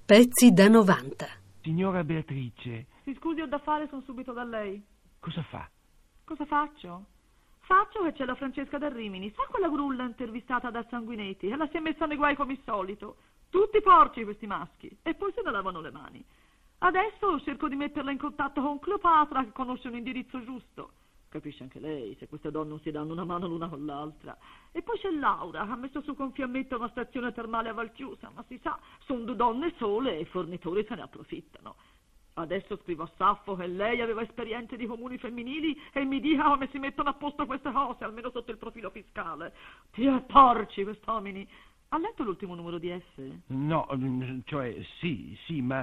Pezzi da 90. Signora Beatrice. Si scusi, ho da fare, sono subito da lei. Cosa fa? Cosa faccio? Faccio che c'è la Francesca da Rimini. Sa quella grulla intervistata da Sanguinetti? E la si è messa nei guai come il solito. Tutti porci questi maschi. E poi se ne lavano le mani. Adesso cerco di metterla in contatto con Cleopatra, che conosce un indirizzo giusto. Capisce anche lei se queste donne non si danno una mano l'una con l'altra. E poi c'è Laura, che ha messo su con fiammetta una stazione termale a Valchiusa, ma si sa, sono due donne sole e i fornitori se ne approfittano. Adesso scrivo a Saffo che lei aveva esperienze di comuni femminili e mi dica come si mettono a posto queste cose, almeno sotto il profilo fiscale. Dio porci quest'uomini. Ha letto l'ultimo numero di F? No, cioè sì, ma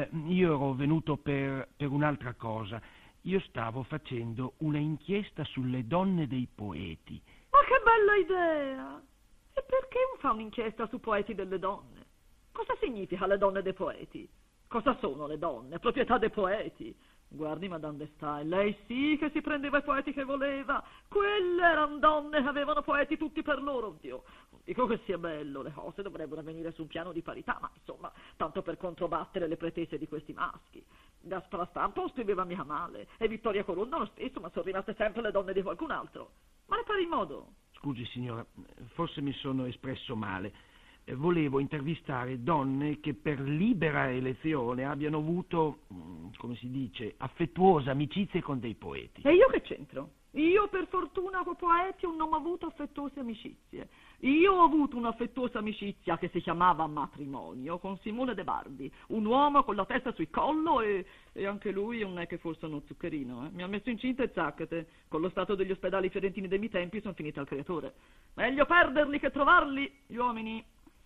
io ero venuto per un'altra cosa. Io stavo facendo una inchiesta sulle donne dei poeti. Ma che bella idea! E perché non fa un'inchiesta su poeti delle donne? Cosa significa le donne dei poeti? Cosa sono le donne? Proprietà dei poeti? Guardi, Madame de Stael, lei sì che si prendeva i poeti che voleva. Quelle erano donne che avevano poeti tutti per loro, oddio. Non dico che sia bello, le cose dovrebbero venire su un piano di parità, ma insomma, tanto per controbattere le pretese di questi maschi. Gaspara Stampa non scriveva mica male, e Vittoria Colonna lo stesso, ma sono rimaste sempre le donne di qualcun altro. Ma ne pare il modo? Scusi, signora, forse mi sono espresso male. Volevo intervistare donne che per libera elezione abbiano avuto, come si dice, affettuose amicizie con dei poeti. E io che c'entro? Io per fortuna con poeti non ho avuto affettuose amicizie. Io ho avuto un'affettuosa amicizia che si chiamava matrimonio con Simone De Bardi, un uomo con la testa sul collo e anche lui non è che fosse uno zuccherino. Mi ha messo incinta e zacchete. Con lo stato degli ospedali fiorentini dei miei tempi sono finita al creatore. Meglio perderli che trovarli, gli uomini.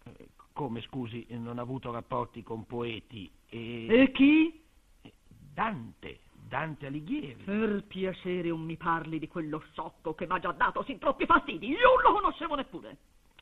Come, scusi, non ha avuto rapporti con poeti E chi? Dante Alighieri. Per piacere non mi parli di quello sciocco che mi ha già dato sin troppi fastidi. Io non lo conoscevo neppure.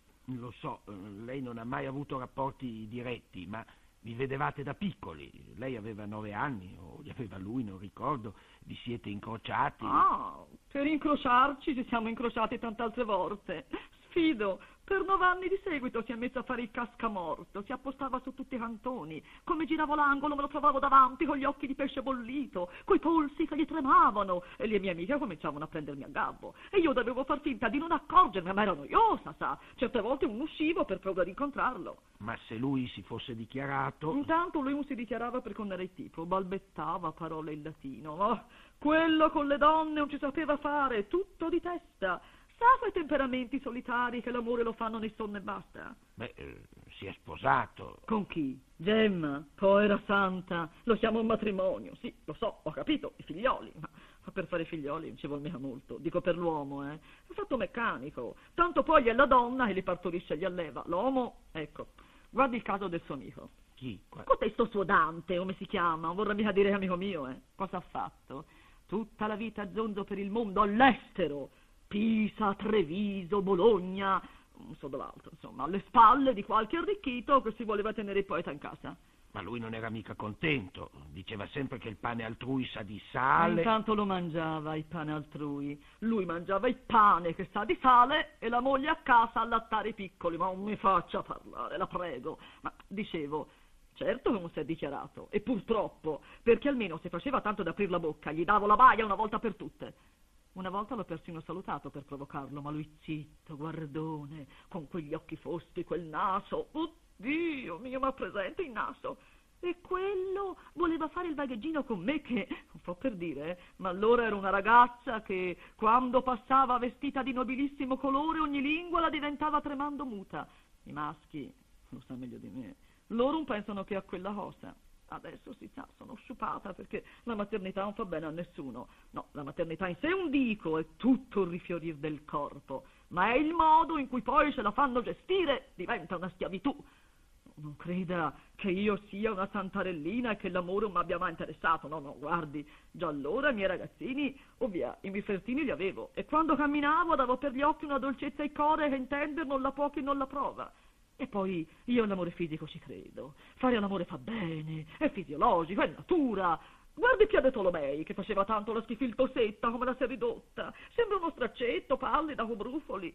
Lo so, lei non ha mai avuto rapporti diretti, ma vi vedevate da piccoli. Lei aveva 9 anni, o li aveva lui, non ricordo. Vi siete incrociati. Ah, per incrociarci ci siamo incrociati tante altre volte. Sfido, per 9 anni di seguito si è messo a fare il cascamorto, si appostava su tutti i cantoni. Come giravo l'angolo me lo trovavo davanti con gli occhi di pesce bollito, coi polsi che gli tremavano, e le mie amiche cominciavano a prendermi a gabbo. E io dovevo far finta di non accorgermi, ma era noiosa, sa. Certe volte non uscivo per paura di incontrarlo. Ma se lui si fosse dichiarato... Intanto lui non si dichiarava perché non era il tipo, balbettava parole in latino. Oh, quello con le donne non ci sapeva fare, tutto di testa. Sa quei temperamenti solitari che l'amore lo fanno nei sonno e basta? Beh, si è sposato. Con chi? Gemma, povera santa, lo chiamo un matrimonio. Sì, lo so, ho capito, i figlioli, ma per fare figlioli non ci vuole mica molto. Dico per l'uomo, È fatto meccanico. Tanto poi è la donna che li partorisce e li alleva. L'uomo, ecco, guardi il caso del suo amico. Chi? Cotesto suo Dante, come si chiama? Non vorrà mica dire amico mio, Cosa ha fatto? Tutta la vita zonzo per il mondo, all'estero. Pisa, Treviso, Bologna, non so dov'altro, insomma, alle spalle di qualche arricchito che si voleva tenere il poeta in casa. Ma lui non era mica contento, diceva sempre che il pane altrui sa di sale. Intanto lo mangiava il pane altrui, lui mangiava il pane che sa di sale e la moglie a casa a allattare i piccoli. Ma non mi faccia parlare, la prego. Ma dicevo, certo che non si è dichiarato, e purtroppo, perché almeno se faceva tanto da aprir la bocca gli davo la baia una volta per tutte. Una volta l'ho persino salutato per provocarlo, ma lui zitto, guardone, con quegli occhi foschi, quel naso. Oddio mio, ma presente il naso. E quello voleva fare il vagheggino con me che, non so per dire, ma allora era una ragazza che quando passava vestita di nobilissimo colore ogni lingua la diventava tremando muta. I maschi, lo sa meglio di me, loro non pensano che a quella cosa. Adesso si sa, sono sciupata perché la maternità non fa bene a nessuno. No, la maternità in sé è un dico, è tutto il rifiorir del corpo, ma è il modo in cui poi ce la fanno gestire, diventa una schiavitù. Non creda che io sia una santarellina e che l'amore non mi abbia mai interessato. No, guardi, già allora i miei ragazzini, ovvia, i miei fertini li avevo, e quando camminavo davo per gli occhi una dolcezza e core che intender non la può chi non la prova. E poi io all'amore fisico ci credo. Fare l'amore fa bene, è fisiologico, è natura. Guardi Pia de Tolomei, che faceva tanto la schifiltosetta come la si è ridotta. Sembra uno straccetto, pallida, con brufoli.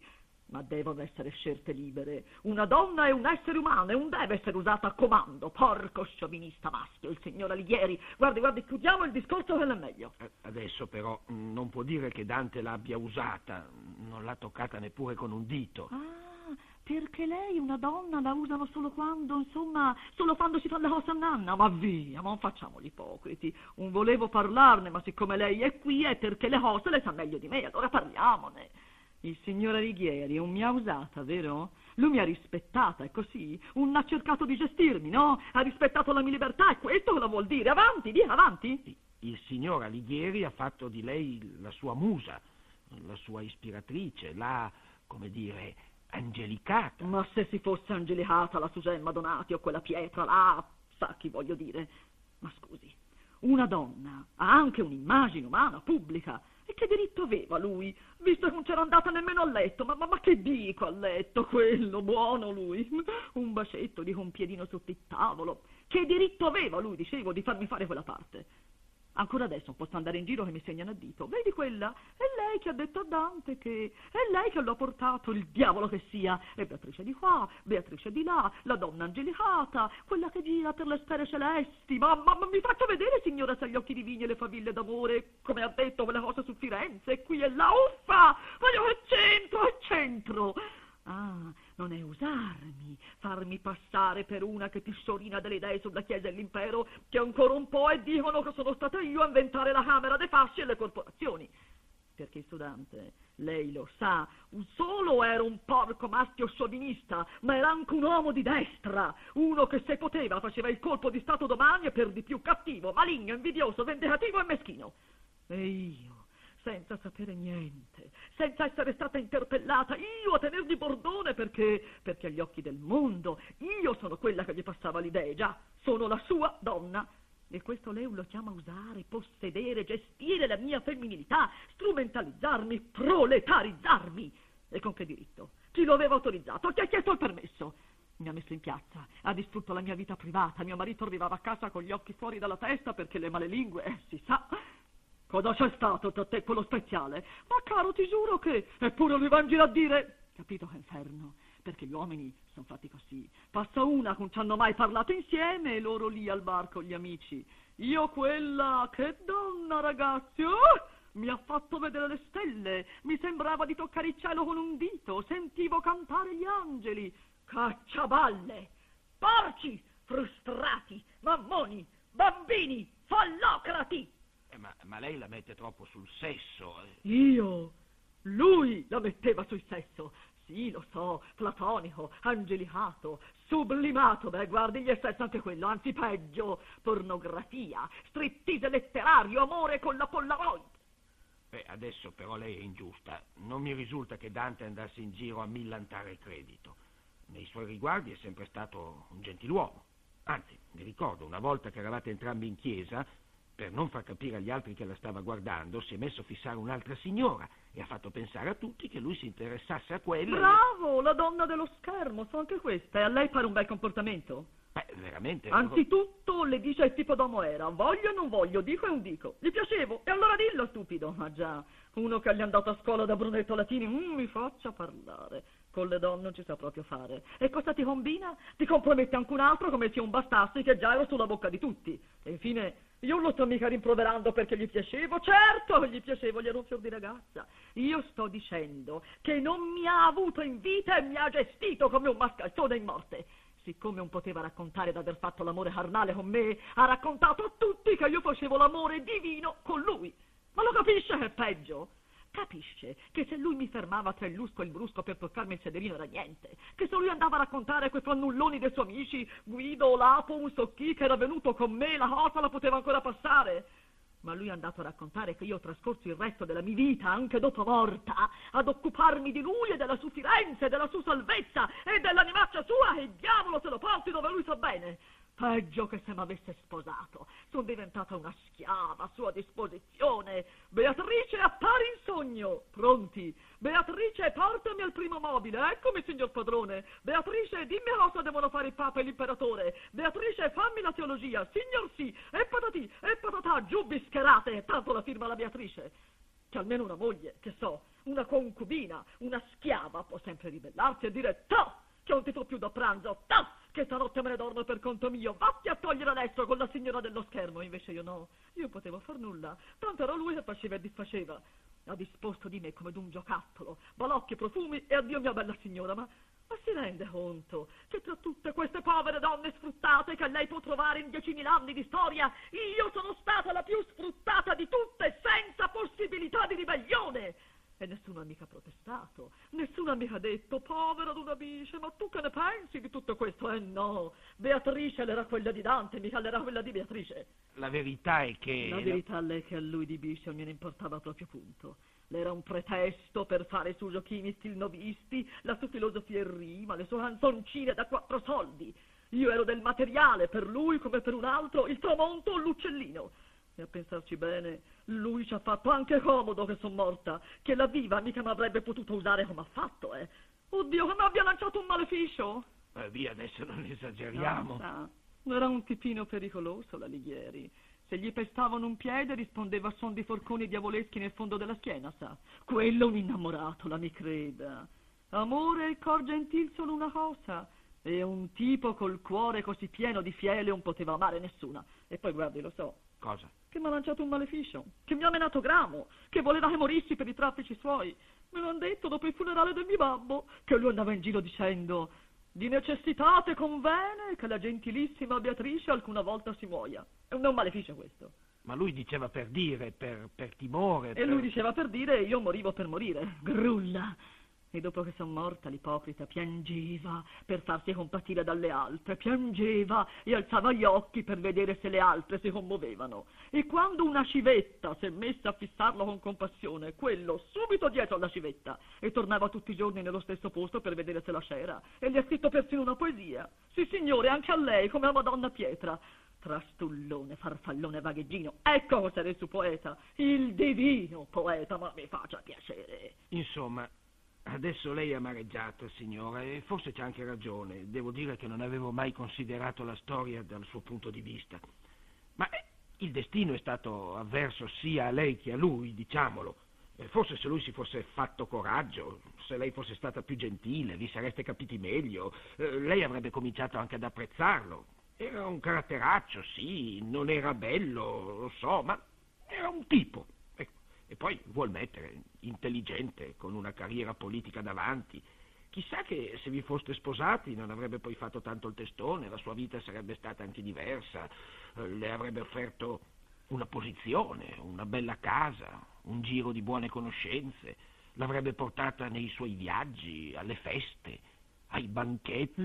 Ma devono essere scelte libere. Una donna è un essere umano e non deve essere usata a comando. Porco sciovinista maschio, il signor Alighieri. Guardi, chiudiamo il discorso che è meglio. Adesso però non può dire che Dante l'abbia usata, non l'ha toccata neppure con un dito. Ah, perché lei, una donna, la usano solo quando, insomma, solo quando si fa le cose a nanna. Ma via, ma non facciamo gli ipocriti. Non volevo parlarne, ma siccome lei è qui è perché le cose le sa meglio di me, allora parliamone. Il signor Alighieri non mi ha usata, vero? Lui mi ha rispettata, è così? Non ha cercato di gestirmi, no? Ha rispettato la mia libertà, è questo che lo vuol dire. Avanti, dica, avanti. Il signor Alighieri ha fatto di lei la sua musa, la sua ispiratrice, l'ha, come dire, angelicata. Ma se si fosse angelicata la Susemma Donati o quella Pietra là, sa chi voglio dire. Ma scusi, una donna ha anche un'immagine umana pubblica. E che diritto aveva lui, visto che non c'era andata nemmeno a letto? Ma che dico a letto, quello, buono lui. Un bacetto, dico un piedino sotto il tavolo. Che diritto aveva lui, dicevo, di farmi fare quella parte? Ancora adesso non posso andare in giro che mi segnano a dito. Vedi quella? È lei che ha detto a Dante che... È lei che lo ha portato, il diavolo che sia. E Beatrice di qua, Beatrice di là, la donna angelicata, quella che gira per le sfere celesti. Ma mi faccia vedere, signora, se gli occhi divini e le faville d'amore, come ha detto quelle cose su Firenze, e qui e là, uffa! Voglio che c'entro! Ah, non è usarmi, farmi passare per una che pisciorina delle idee sulla Chiesa e l'impero, che ancora un po' e dicono che sono stata io a inventare la Camera dei Fasci e le corporazioni. Perché il studente, lei lo sa, solo era un porco maschio sciovinista, ma era anche un uomo di destra, uno che se poteva faceva il colpo di stato domani e per di più cattivo, maligno, invidioso, vendicativo e meschino. E io, senza sapere niente, senza essere stata interpellata, io a tener di bordone perché agli occhi del mondo io sono quella che gli passava l'idea, già, sono la sua donna. E questo lei lo chiama usare, possedere, gestire la mia femminilità, strumentalizzarmi, proletarizzarmi. E con che diritto? Chi lo aveva autorizzato? Chi ha chiesto il permesso? Mi ha messo in piazza, ha distrutto la mia vita privata, mio marito arrivava a casa con gli occhi fuori dalla testa perché le malelingue, si sa... Cosa c'è stato tra te quello speziale? Ma caro, ti giuro che... Eppure lui va in giro a dire... Capito che inferno? Perché gli uomini sono fatti così. Passa una che non ci hanno mai parlato insieme e loro lì al bar con gli amici. Io quella... Che donna, ragazzi! Oh! Mi ha fatto vedere le stelle. Mi sembrava di toccare il cielo con un dito. Sentivo cantare gli angeli. Cacciaballe! Porci! Frustrati! Mammoni! Bambini! Fallocrati! Ma lei la mette troppo sul sesso. Io? Lui la metteva sul sesso. Sì, lo so, platonico, angelicato, sublimato. Beh, guardi, gli è sesso anche quello, anzi peggio. Pornografia, striptease letterario, amore con la Polaroid. Adesso però lei è ingiusta. Non mi risulta che Dante andasse in giro a millantare credito. Nei suoi riguardi è sempre stato un gentiluomo. Anzi, mi ricordo, una volta che eravate entrambi in chiesa... Per non far capire agli altri che la stava guardando, si è messo a fissare un'altra signora e ha fatto pensare a tutti che lui si interessasse a quella. Bravo, la donna dello schermo, so anche questa. E a lei pare un bel comportamento? Veramente? Anzitutto le dice il tipo d'uomo era. Voglio o non voglio, dico e non dico. Gli piacevo, e allora dillo, stupido. Ma già, uno che gli è andato a scuola da Brunetto Latini, mi faccia parlare. Con le donne non ci sa proprio fare. E cosa ti combina? Ti compromette anche un altro come se non bastassi che già ero sulla bocca di tutti. E infine... Io non lo sto mica rimproverando perché gli piacevo, certo che gli piacevo, gli ero un fior di ragazza. Io sto dicendo che non mi ha avuto in vita e mi ha gestito come un mascalzone in morte. Siccome non poteva raccontare d'aver fatto l'amore carnale con me, ha raccontato a tutti che io facevo l'amore divino con lui. Ma lo capisce che è peggio? Capisce che se lui mi fermava tra il lusco e il brusco per toccarmi il sederino era niente, che se lui andava a raccontare quei fannulloni dei suoi amici, Guido, Lapo, un so chi, che era venuto con me, la cosa la poteva ancora passare. Ma lui è andato a raccontare che io ho trascorso il resto della mia vita, anche dopo morta, ad occuparmi di lui e della sufficienza, della sua salvezza e dell'animaccia sua, e il diavolo se lo porti dove lui sa bene. Peggio che se m'avesse sposato. Sono diventata una schiava a sua disposizione. Beatrice, appari in sogno. Pronti? Beatrice, portami al primo mobile. Eccomi, signor padrone. Beatrice, dimmi cosa devono fare il papa e l'imperatore. Beatrice, fammi la teologia. Signor sì. E patati, e patatà, giù bischerate. Tanto la firma la Beatrice. che almeno una moglie, che so, una concubina, una schiava può sempre ribellarsi e dire «Toh, che non ti do più da pranzo, toh, che stanotte me ne dormo per conto mio, vatti a togliere adesso con la signora dello schermo». Invece io no, io potevo far nulla, tanto era lui che faceva e disfaceva. Ha disposto di me come d'un giocattolo, balocchi e profumi e addio mia bella signora, ma si rende conto che tra tutte queste povere donne sfruttate che lei può trovare in 10.000 anni di storia, io sono stata la più sfruttata di tutte, senza possibilità di ribellione? E nessuno ha mica protestato, nessuno ha mica detto «Povera d'una bice, ma tu che ne pensi di tutto questo?» No, Beatrice era quella di Dante, mica era quella di Beatrice. La verità è che... La verità è che a lui di Biscio non gliene importava proprio punto. L'era un pretesto per fare i suoi giochini stilnovisti, la sua filosofia in rima, le sue canzoncine da 4 soldi. Io ero del materiale per lui come per un altro, il tramonto o l'uccellino. E a pensarci bene, lui ci ha fatto anche comodo che son morta, che la viva mica mi avrebbe potuto usare come ha fatto, Oddio, che mi abbia lanciato un maleficio! Via, adesso non esageriamo. Era un tipino pericoloso l'Alighieri. Se gli pestavano un piede rispondeva a suon di forconi diavoleschi nel fondo della schiena, sa. Quello un innamorato, la mi creda. Amore e il cor gentil sono una cosa, e un tipo col cuore così pieno di fiele non poteva amare nessuna. E poi guardi, lo so. Cosa? Che mi ha lanciato un maleficio, che mi ha menato gramo, che voleva che morissi per i traffici suoi. Me l'han detto dopo il funerale del mio babbo, che lui andava in giro dicendo «Di necessitate convene che la gentilissima Beatrice alcuna volta si muoia». È un maleficio questo. Ma lui diceva per dire, per timore. E lui diceva per dire e io morivo per morire. Grulla! E dopo che son morta l'ipocrita piangeva per farsi compatire dalle altre, piangeva e alzava gli occhi per vedere se le altre si commuovevano. E quando una civetta si è messa a fissarlo con compassione, quello subito dietro alla civetta e tornava tutti i giorni nello stesso posto per vedere se la c'era. E gli ha scritto persino una poesia. Sì signore, anche a lei, come a Madonna Pietra. Trastullone, farfallone, vagheggino, ecco cos'era il suo poeta, il divino poeta, ma mi faccia piacere. Insomma, adesso lei è amareggiata, signora, e forse c'ha anche ragione. Devo dire che non avevo mai considerato la storia dal suo punto di vista. Ma il destino è stato avverso sia a lei che a lui, diciamolo. Forse se lui si fosse fatto coraggio, se lei fosse stata più gentile, vi sareste capiti meglio, lei avrebbe cominciato anche ad apprezzarlo. Era un caratteraccio, sì, non era bello, lo so, ma era un tipo. E poi vuol mettere, intelligente, con una carriera politica davanti. Chissà che se vi foste sposati non avrebbe poi fatto tanto il testone, la sua vita sarebbe stata anche diversa, le avrebbe offerto una posizione, una bella casa, un giro di buone conoscenze, l'avrebbe portata nei suoi viaggi, alle feste, ai banchetti.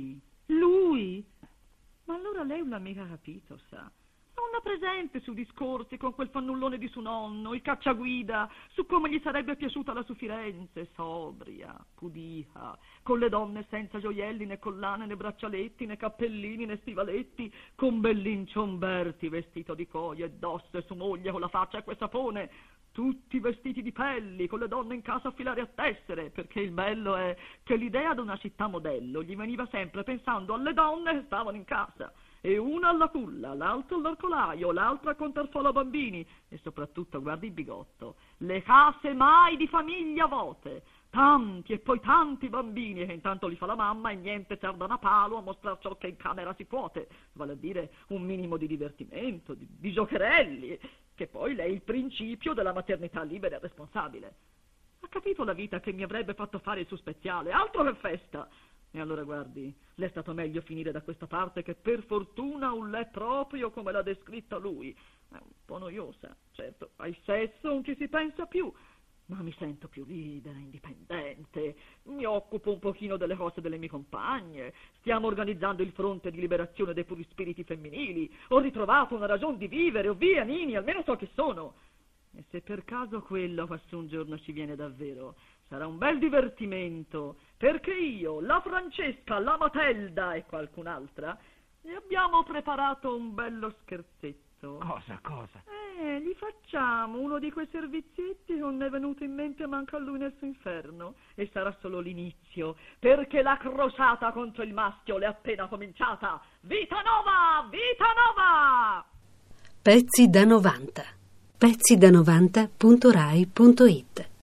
Lui? Ma allora lei non l'ha mica capito, sa. Non ha presente sui discorsi con quel fannullone di suo nonno, il cacciaguida, su come gli sarebbe piaciuta la sua Firenze, sobria, pudica, con le donne senza gioielli né collane né braccialetti né cappellini né stivaletti, con Bellinciomberti vestito di coia e d'osso e sua moglie con la faccia acqua e sapone, tutti vestiti di pelli, con le donne in casa a filare a tessere, perché il bello è che l'idea di una città modello gli veniva sempre pensando alle donne che stavano in casa. E una alla culla, l'altra all'arcolaio, l'altra a contar solo bambini e soprattutto, guardi il bigotto, le case mai di famiglia vuote, tanti e poi tanti bambini che intanto li fa la mamma e niente tardano a palo a mostrare ciò che in camera si puote, vale a dire un minimo di divertimento, di giocherelli, che poi lei è il principio della maternità libera e responsabile. Ha capito la vita che mi avrebbe fatto fare il suo speziale, altro che festa! E allora guardi, le è stato meglio finire da questa parte che per fortuna non l'è proprio come l'ha descritta lui. È un po' noiosa, certo, al sesso non ci si pensa più, ma mi sento più libera, indipendente, mi occupo un pochino delle cose delle mie compagne, stiamo organizzando il fronte di liberazione dei puri spiriti femminili, ho ritrovato una ragione di vivere, oh via Nini, almeno so chi sono. E se per caso quello quassù un giorno ci viene davvero, sarà un bel divertimento, perché io, la Francesca, la Matelda e qualcun'altra ne abbiamo preparato un bello scherzetto. Cosa? Gli facciamo uno di quei servizietti che non è venuto in mente manco a lui nel suo inferno, e sarà solo l'inizio, perché la crociata contro il maschio l'è appena cominciata. Vita Nova! Vita Nova! Pezzi da 90. pezzida90.rai.it